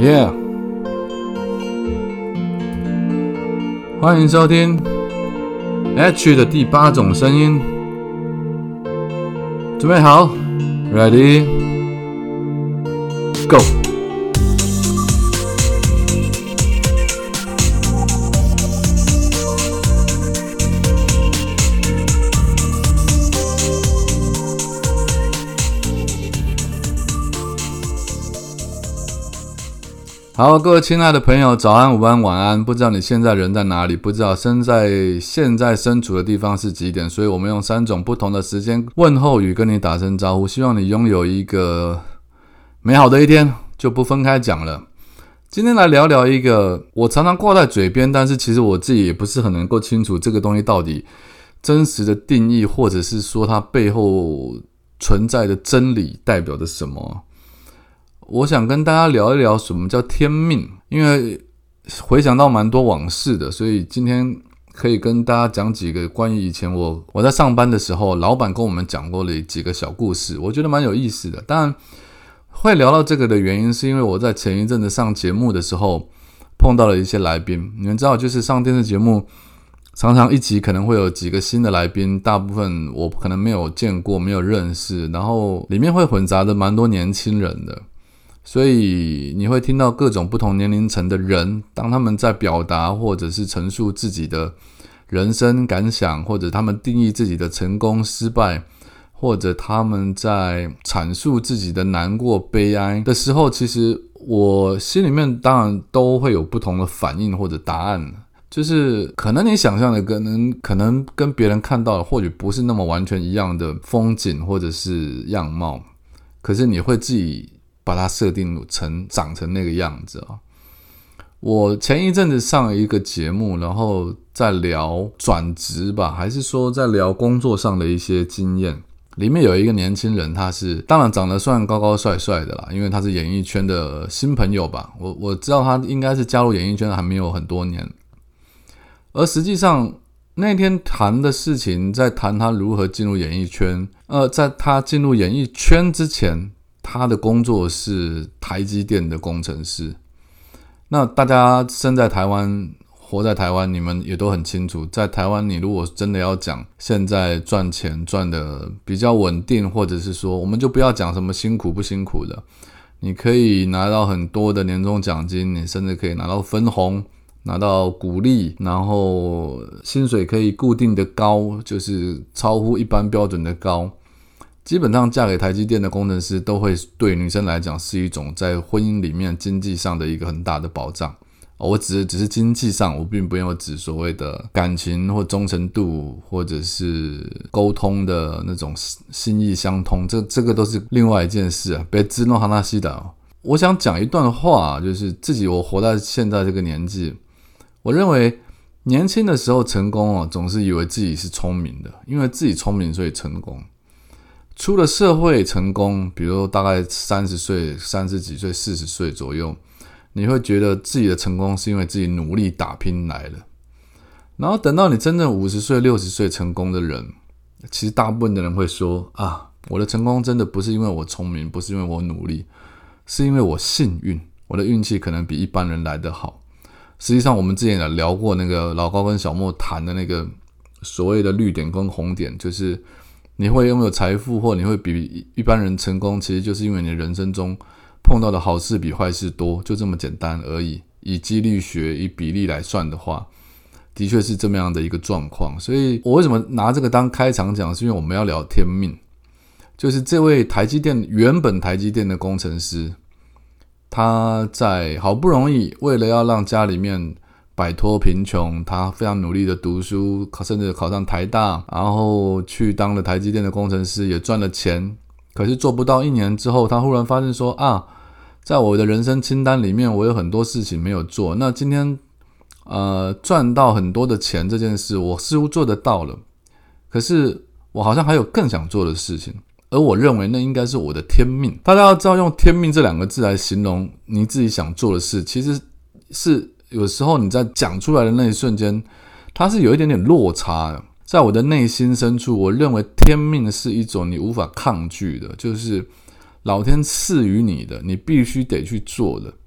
Yeah， 欢迎收听 H 的第8种声音。准备好 ，Ready， Go。好，各位亲爱的朋友，早安、午安、晚安。不知道你现在人在哪里，不知道现在身处的地方是几点，所以我们用3种不同的时间问候语跟你打声招呼，希望你拥有一个美好的一天，就不分开讲了。今天来聊聊一个我常常挂在嘴边，但是其实我自己也不是很能够清楚这个东西到底真实的定义，或者是说它背后存在的真理代表着什么。我想跟大家聊一聊什么叫天命，因为回想到蛮多往事的，所以今天可以跟大家讲几个关于以前我在上班的时候，老板跟我们讲过的几个小故事，我觉得蛮有意思的。当然会聊到这个的原因，是因为我在前一阵子上节目的时候碰到了一些来宾。你们知道，就是上电视节目常常一集可能会有几个新的来宾，大部分我可能没有见过，没有认识，然后里面会混杂的蛮多年轻人的。所以你会听到各种不同年龄层的人，当他们在表达或者是陈述自己的人生感想，或者他们定义自己的成功失败，或者他们在阐述自己的难过悲哀的时候，其实我心里面当然都会有不同的反应或者答案，就是可能你想象的可能跟别人看到的或许不是那么完全一样的风景或者是样貌，可是你会自己把它设定成长成那个样子哦。我前一阵子上了一个节目，然后在聊转职吧，还是说在聊工作上的一些经验。里面有一个年轻人，他是当然长得算高高帅帅的啦，因为他是演艺圈的新朋友吧。我知道他应该是加入演艺圈还没有很多年，而实际上那天谈的事情，在谈他如何进入演艺圈。在他进入演艺圈之前，他的工作是台积电的工程师。那大家生在台湾，活在台湾，你们也都很清楚，在台湾你如果真的要讲现在赚钱赚的比较稳定，或者是说我们就不要讲什么辛苦不辛苦的，你可以拿到很多的年终奖金，你甚至可以拿到分红，拿到鼓励，然后薪水可以固定的高，就是超乎一般标准的高。基本上嫁给台积电的工程师都会对女生来讲是一种在婚姻里面经济上的一个很大的保障。我只是经济上，我并不用指所谓的感情或忠诚度，或者是沟通的那种心意相通，这个都是另外一件事啊。別の話だ。我想讲一段话，就是我活在现在这个年纪，我认为年轻的时候成功总是以为自己是聪明的，因为自己聪明所以成功。出了社会成功，比如大概30岁、30几岁、40岁左右，你会觉得自己的成功是因为自己努力打拼来的。然后等到你真正50岁、60岁成功的人，其实大部分的人会说我的成功真的不是因为我聪明，不是因为我努力，是因为我幸运，我的运气可能比一般人来得好。实际上我们之前也聊过那个老高跟小莫谈的那个所谓的绿点跟红点，就是你会拥有财富，或你会比一般人成功，其实就是因为你的人生中碰到的好事比坏事多，就这么简单而已。以几率学、以比例来算的话，的确是这么样的一个状况。所以我为什么拿这个当开场讲，是因为我们要聊天命。就是这位原本台积电的工程师，他在好不容易为了要让家里面摆脱贫穷，他非常努力的读书，甚至考上台大，然后去当了台积电的工程师，也赚了钱。可是做不到1年之后，他忽然发现说在我的人生清单里面，我有很多事情没有做。那今天赚到很多的钱这件事，我似乎做得到了，可是我好像还有更想做的事情，而我认为那应该是我的天命。大家要知道，用天命这2个字来形容你自己想做的事，其实是有时候你在讲出来的那一瞬间，它是有一点点落差的。在我的内心深处，我认为天命是一种你无法抗拒的，就是老天赐予你的，你必须得去做的。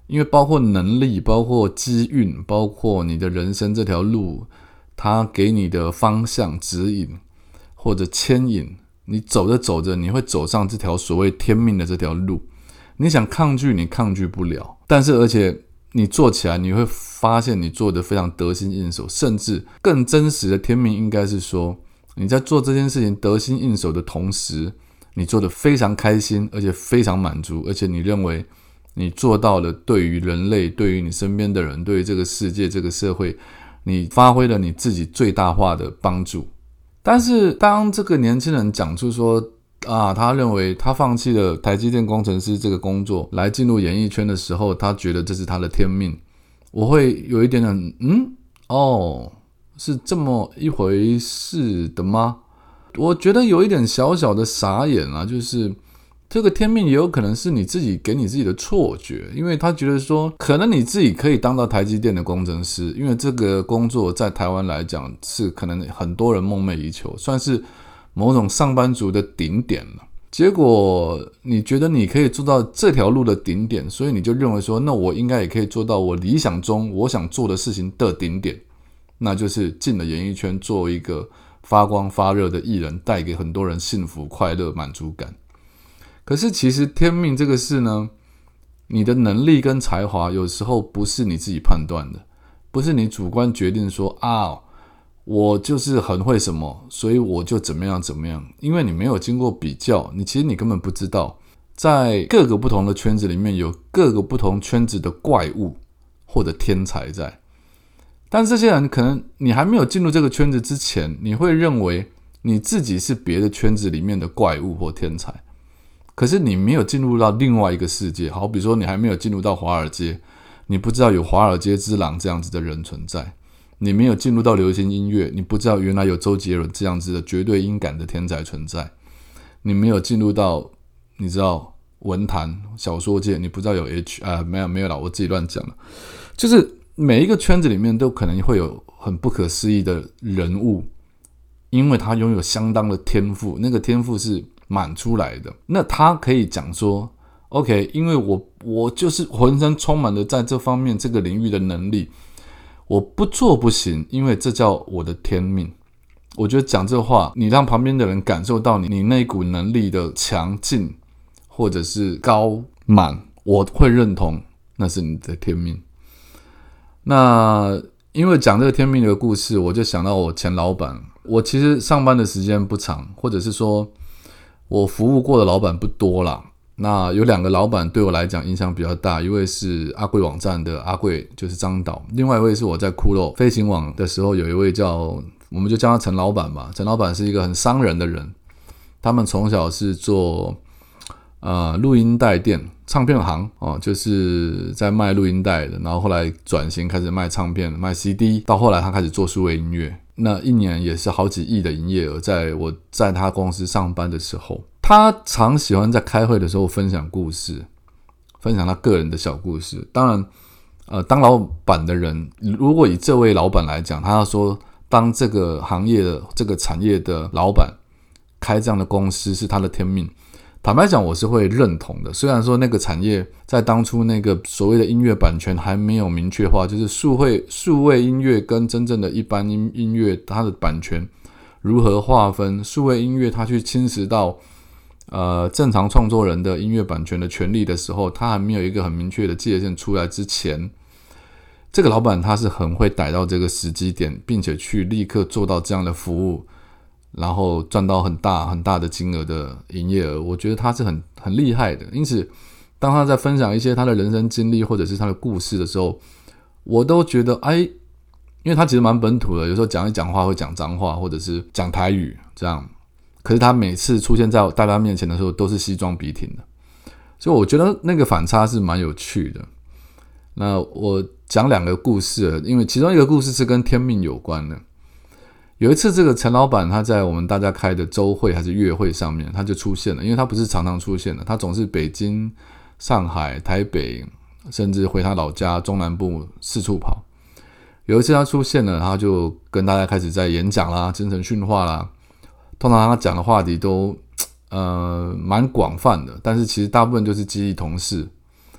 因为包括能力，包括机运，包括你的人生这条路，它给你的方向指引或者牵引，你走着走着，你会走上这条所谓天命的这条路。你想抗拒，你抗拒不了，但是而且你做起来，你会发现你做得非常得心应手，甚至更真实的天命应该是说，你在做这件事情得心应手的同时，你做得非常开心，而且非常满足，而且你认为你做到了对于人类，对于你身边的人，对于这个世界这个社会，你发挥了你自己最大化的帮助。但是当这个年轻人讲出说他认为他放弃了台积电工程师这个工作来进入演艺圈的时候，他觉得这是他的天命，我会有一点点是这么一回事的吗？我觉得有一点小小的傻眼啊，就是这个天命也有可能是你自己给你自己的错觉，因为他觉得说可能你自己可以当到台积电的工程师，因为这个工作在台湾来讲是可能很多人梦寐以求，算是某种上班族的顶点了。结果你觉得你可以做到这条路的顶点，所以你就认为说那我应该也可以做到我理想中我想做的事情的顶点，那就是进了演艺圈做一个发光发热的艺人，带给很多人幸福快乐满足感。可是其实天命这个事呢，你的能力跟才华有时候不是你自己判断的，不是你主观决定说我就是很会什么，所以我就怎么样怎么样，因为你没有经过比较，其实你根本不知道在各个不同的圈子里面有各个不同圈子的怪物或者天才在。但这些人可能你还没有进入这个圈子之前，你会认为你自己是别的圈子里面的怪物或天才，可是你没有进入到另外一个世界。好比说你还没有进入到华尔街，你不知道有华尔街之狼这样子的人存在，你没有进入到流行音乐，你不知道原来有周杰伦这样子的绝对音感的天才存在，你没有进入到你知道文坛小说界，你不知道有没有啦，我自己乱讲了。就是每一个圈子里面都可能会有很不可思议的人物，因为他拥有相当的天赋，那个天赋是满出来的，那他可以讲说 OK， 因为我就是浑身充满了在这方面这个领域的能力，我不做不行，因为这叫我的天命。我觉得讲这话，你让旁边的人感受到你那股能力的强劲或者是高满，我会认同那是你的天命。那因为讲这个天命的故事，我就想到我前老板。我其实上班的时间不长，或者是说我服务过的老板不多啦。那有2个老板对我来讲影响比较大，一位是阿贵网站的阿贵，就是张导，另外一位是我在酷肉飞行网的时候有一位我们就叫他陈老板吧。陈老板是一个很商人的人，他们从小是做录音带店唱片行就是在卖录音带的，然后后来转型开始卖唱片卖 CD， 到后来他开始做数位音乐，那一年也是好几亿的营业额。我在他公司上班的时候，他常喜欢在开会的时候分享故事，分享他个人的小故事。当然当老板的人，如果以这位老板来讲，他要说当这个行业的这个产业的老板开这样的公司是他的天命，坦白讲我是会认同的。虽然说那个产业在当初那个所谓的音乐版权还没有明确化，就是数位音乐跟真正的一般音乐它的版权如何划分，数位音乐它去侵蚀到正常创作人的音乐版权的权利的时候，它还没有一个很明确的界限出来之前，这个老板他是很会逮到这个时机点，并且去立刻做到这样的服务，然后赚到很大很大的金额的营业额。我觉得他是很厉害的。因此当他在分享一些他的人生经历或者是他的故事的时候，我都觉得因为他其实蛮本土的，有时候讲一讲话会讲脏话或者是讲台语这样，可是他每次出现在大家面前的时候都是西装笔挺的，所以我觉得那个反差是蛮有趣的。那我讲2个故事，因为其中一个故事是跟天命有关的。有一次这个陈老板他在我们大家开的周会还是月会上面他就出现了，因为他不是常常出现的，他总是北京、上海、台北，甚至回他老家中南部四处跑。有一次他出现了，他就跟大家开始在演讲啦，精神训话啦，通常他讲的话题都蛮广泛的，但是其实大部分就是激励同事。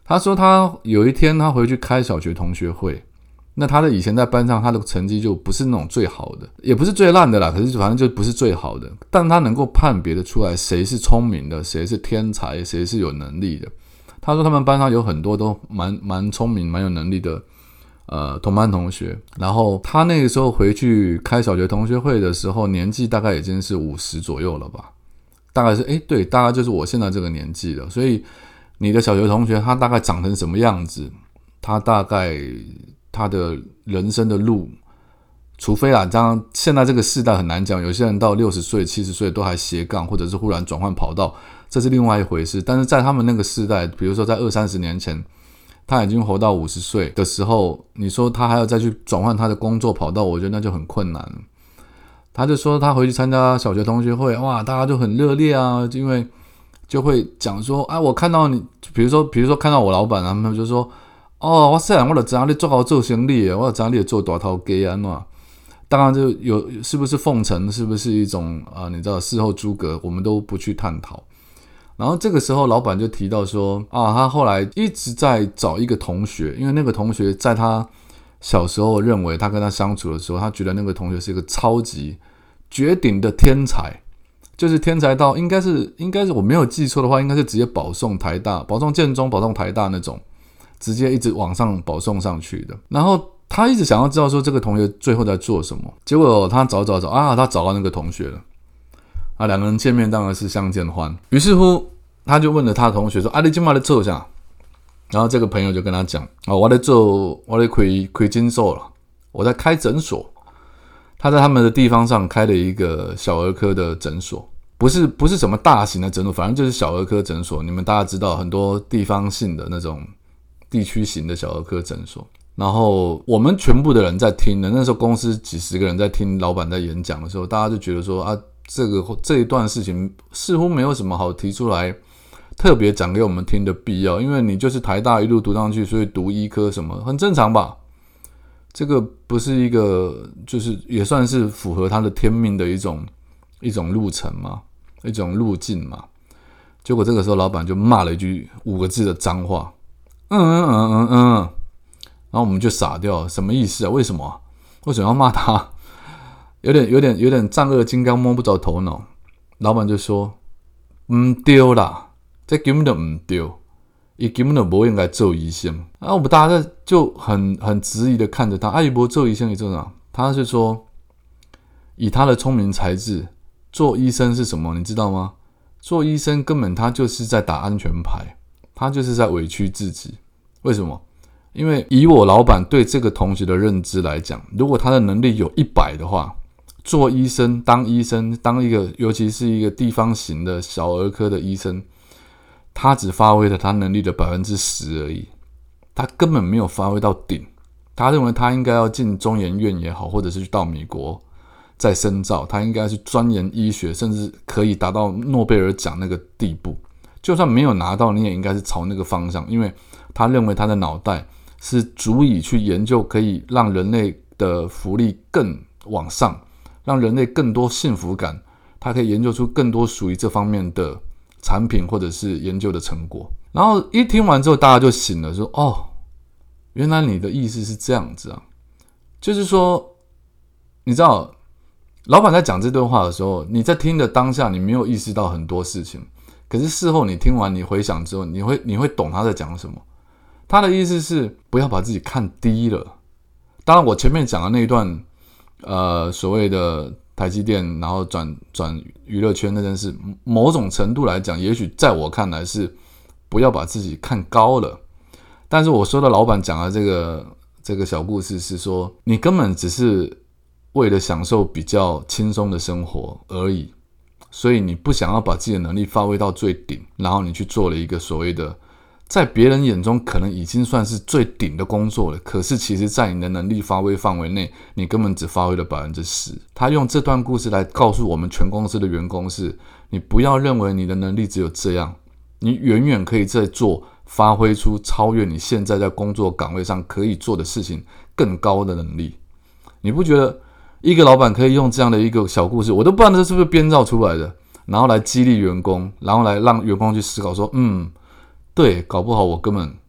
他说他有一天他回去开小学同学会，那他的以前在班上他的成绩就不是那种最好的，也不是最烂的啦，可是反正就不是最好的，但他能够判别的出来谁是聪明的，谁是天才，谁是有能力的。他说他们班上有很多都蛮聪明蛮有能力的同班同学，然后他那个时候回去开小学同学会的时候，年纪大概已经是50左右了吧，大概是对，大概就是我现在这个年纪了。所以你的小学同学他大概长成什么样子，他大概他的人生的路，除非啦，这样现在这个世代很难讲，有些人到60岁70岁都还斜杠，或者是忽然转换跑道，这是另外一回事。但是在他们那个世代，比如说在20-30年前，他已经活到50岁的时候，你说他还要再去转换他的工作跑道，我觉得那就很困难。他就说他回去参加小学同学会，哇，大家就很热烈啊，因为就会讲说，我看到你，比如说看到我老板啊，他们就说，我虽然我就知道你做好做生意的，我就知道你做大头鸡啊，当然就有是不是奉承，是不是一种你知道事后诸葛，我们都不去探讨。然后这个时候老板就提到说，他后来一直在找一个同学，因为那个同学在他小时候认为他跟他相处的时候，他觉得那个同学是一个超级绝顶的天才，就是天才到应该是我没有记错的话，应该是直接保送台大、保送建中、保送台大那种，直接一直往上保送上去的。然后他一直想要知道说这个同学最后在做什么，结果他找他找到那个同学了。两个人见面当然是相见欢，于是乎他就问了他的同学说，你现在在做啥？然后这个朋友就跟他讲，我在开诊所了，我在开诊所。他在他们的地方上开了一个小儿科的诊所，不是什么大型的诊所，反正就是小儿科诊所。你们大家知道很多地方性的那种地区型的小儿科诊所。然后我们全部的人在听的，那时候公司几十个人在听老板在演讲的时候，大家就觉得说这一段事情似乎没有什么好提出来特别讲给我们听的必要，因为你就是台大一路读上去，所以读医科什么很正常吧。这个不是一个，就是也算是符合他的天命的一种路程嘛，一种路径嘛。结果这个时候老板就骂了一句5个字的脏话，然后我们就傻掉了，什么意思啊？为什么要骂他？有点丈二金刚摸不着头脑。老板就说，不对啦，这根本就不对，他根本就不应该做医生。我们大家就很质疑的看着他，他不做医生，你做啥？他是说，以他的聪明才智，做医生是什么？你知道吗？做医生根本他就是在打安全牌，他就是在委屈自己。为什么？因为以我老板对这个同学的认知来讲，如果他的能力有100的话，做医生、当医生、当一个尤其是一个地方型的小儿科的医生，他只发挥了他能力的10%而已，他根本没有发挥到顶。他认为他应该要进中研院也好，或者是去到美国再深造，他应该是钻研医学，甚至可以达到诺贝尔奖那个地步。就算没有拿到，你也应该是朝那个方向，因为他认为他的脑袋是足以去研究可以让人类的福利更往上，让人类更多幸福感，他可以研究出更多属于这方面的产品或者是研究的成果。然后一听完之后大家就醒了，说原来你的意思是这样子啊，就是说你知道老板在讲这段话的时候，你在听的当下你没有意识到很多事情，可是事后你听完你回想之后，你会懂他在讲什么。他的意思是不要把自己看低了。当然我前面讲的那一段所谓的台积电然后转娱乐圈那件事，某种程度来讲也许在我看来是不要把自己看高了。但是我说的老板讲的这个小故事是说，你根本只是为了享受比较轻松的生活而已，所以你不想要把自己的能力发挥到最顶，然后你去做了一个所谓的在别人眼中可能已经算是最顶的工作了，可是其实在你的能力发挥范围内，你根本只发挥了 10%。 他用这段故事来告诉我们全公司的员工是，你不要认为你的能力只有这样，你远远可以在做发挥出超越你现在在工作岗位上可以做的事情更高的能力。你不觉得一个老板可以用这样的一个小故事，我都不知道这是不是编造出来的，然后来激励员工，然后来让员工去思考说对，搞不好我根本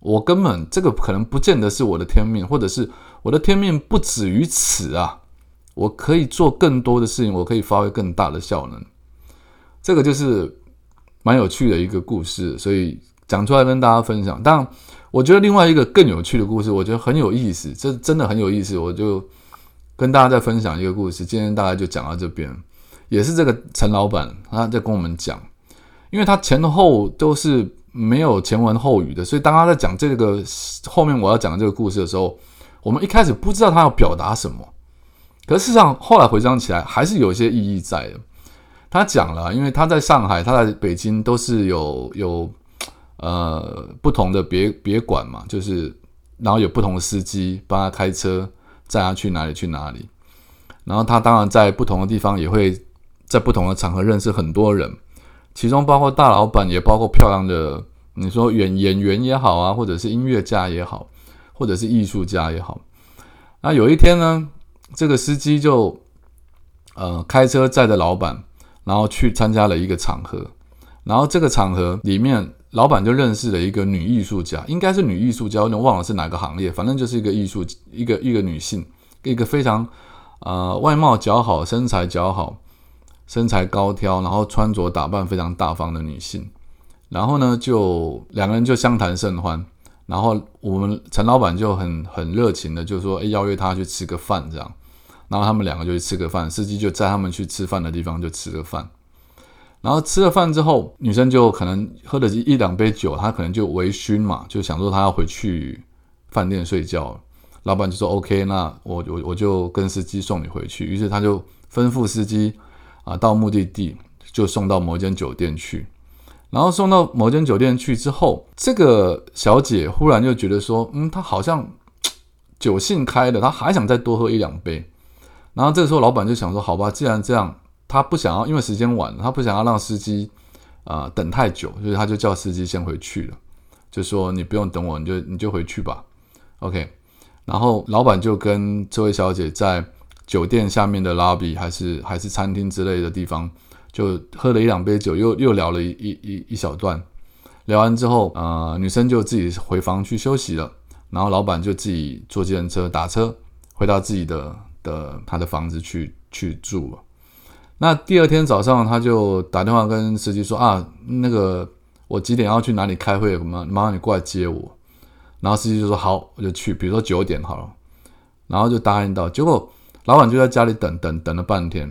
我根本这个可能不见得是我的天命，或者是我的天命不止于此啊，我可以做更多的事情，我可以发挥更大的效能。这个就是蛮有趣的一个故事，所以讲出来跟大家分享。当然我觉得另外一个更有趣的故事，我觉得很有意思，这真的很有意思，我就跟大家再分享一个故事。今天大概就讲到这边，也是这个陈老板他在跟我们讲，因为他前后都是没有前文后语的，所以当他在讲这个后面我要讲的这个故事的时候，我们一开始不知道他要表达什么，可是事实上后来回想起来还是有一些意义在的。他讲了，因为他在上海他在北京都是有不同的别馆嘛，就是然后有不同的司机帮他开车载他去哪里去哪里，然后他当然在不同的地方也会在不同的场合认识很多人，其中包括大老板，也包括漂亮的你说演员也好啊，或者是音乐家也好，或者是艺术家也好。那有一天呢，这个司机就开车载着老板，然后去参加了一个场合，然后这个场合里面老板就认识了一个女艺术家，应该是女艺术家，我有点忘了是哪个行业，反正就是一个艺术一个女性，一个非常外貌姣好，身材姣好，身材高挑，然后穿着打扮非常大方的女性。然后呢，就两个人就相谈甚欢，然后我们陈老板就很热情的就说邀约他去吃个饭这样，然后他们两个就去吃个饭，司机就载他们去吃饭的地方就吃个饭。然后吃了饭之后，女生就可能喝了一两杯酒，她可能就微醺嘛，就想说她要回去饭店睡觉。老板就说 OK， 那我就跟司机送你回去。于是他就吩咐司机到目的地就送到某间酒店去。然后送到某间酒店去之后，这个小姐忽然就觉得说，她好像酒兴开了，她还想再多喝一两杯。然后这个时候老板就想说，好吧，既然这样。他不想要，因为时间晚了，他不想要让司机等太久，所以他就叫司机先回去了，就说你不用等我，你就回去吧 ，OK。然后老板就跟这位小姐在酒店下面的 lobby 还是餐厅之类的地方，就喝了一两杯酒，又聊了一小段。聊完之后，女生就自己回房去休息了，然后老板就自己坐计程车打车回到自己他的房子去住了。那第二天早上，他就打电话跟司机说那个我几点要去哪里开会，麻烦你过来接我。然后司机就说好，我就去，比如说9点好了，然后就答应到。结果老板就在家里等了半天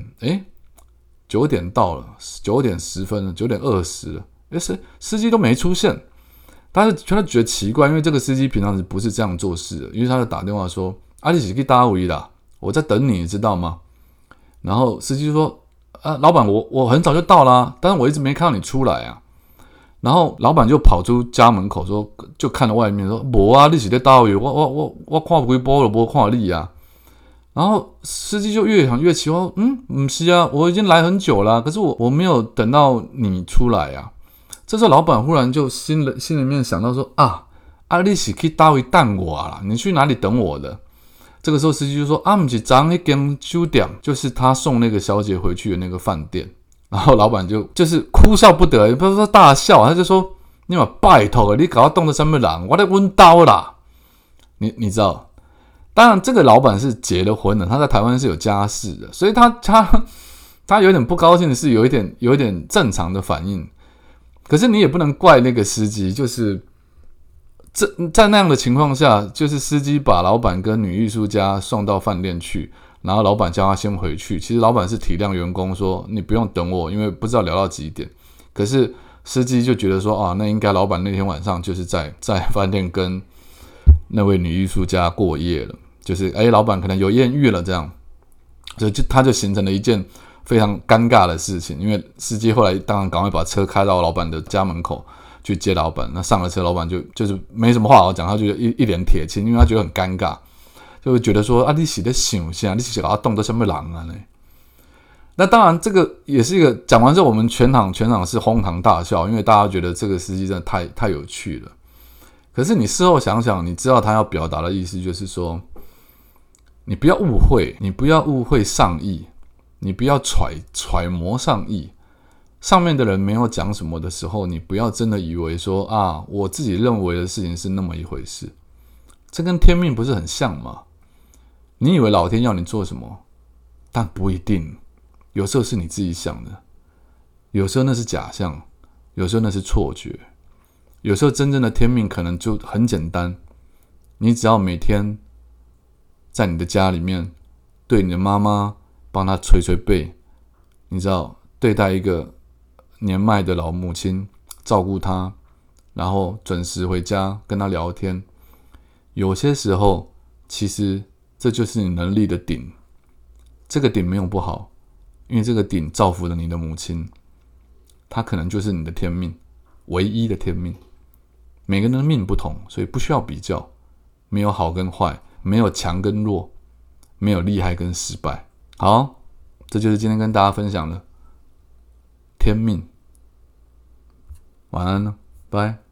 ，9点到了，9点10分了，9点20了，司机都没出现。他就觉得奇怪，因为这个司机平常不是这样做事的，因为他就打电话说你是去哪里啦，我在等你知道吗？然后司机就说老板，我很早就到啦，但是我一直没看到你出来啊。然后老板就跑出家门口说，就看到外面说，没啊，你是在哪里？我看几波了，没看到你啊。然后司机就越想越奇怪，不是啊，我已经来很久了，可是我没有等到你出来啊。这时候老板忽然就心里面想到说，你是去哪里等我啦？你去哪里等我的？这个时候司机就说不是昨天那间酒店，就是他送那个小姐回去的那个饭店。然后老板就是哭笑不得，不是说大笑，他就说你嘛拜托你搞我冻得什么人，我在温刀啦。你知道，当然这个老板是结了婚的，他在台湾是有家室的，所以他有点不高兴的是有一点正常的反应。可是你也不能怪那个司机，就是在那样的情况下，就是司机把老板跟女艺术家送到饭店去，然后老板叫他先回去。其实老板是体谅员工说你不用等我，因为不知道聊到几点。可是司机就觉得说那应该老板那天晚上就是在饭店跟那位女艺术家过夜了，就是老板可能有艳遇了这样，所以他就形成了一件非常尴尬的事情。因为司机后来当然赶快把车开到老板的家门口去接老板，那上了车，老板就是没什么话好讲，他就一脸铁青，因为他觉得很尴尬，就会觉得说你是在想啥？你是搞冻得什么人啊？那当然，这个也是一个讲完之后，我们全场是哄堂大笑，因为大家觉得这个司机真的太有趣了。可是你事后想想，你知道他要表达的意思就是说，你不要误会，你不要误会上意，你不要揣摩上意。 上面的人没有讲什么的时候，你不要真的以为说啊，我自己认为的事情是那么一回事。这跟天命不是很像吗？你以为老天要你做什么，但不一定。有时候是你自己想的，有时候那是假象，有时候那是错觉，有时候真正的天命可能就很简单，你只要每天在你的家里面对你的妈妈帮她捶捶背，你知道对待一个年迈的老母亲，照顾她，然后准时回家跟她聊天。有些时候其实这就是你能力的顶，这个顶没有不好，因为这个顶造福了你的母亲，她可能就是你的天命，唯一的天命。每个人的命不同，所以不需要比较，没有好跟坏，没有强跟弱，没有厉害跟失败。好，这就是今天跟大家分享的天命。晚安了，拜。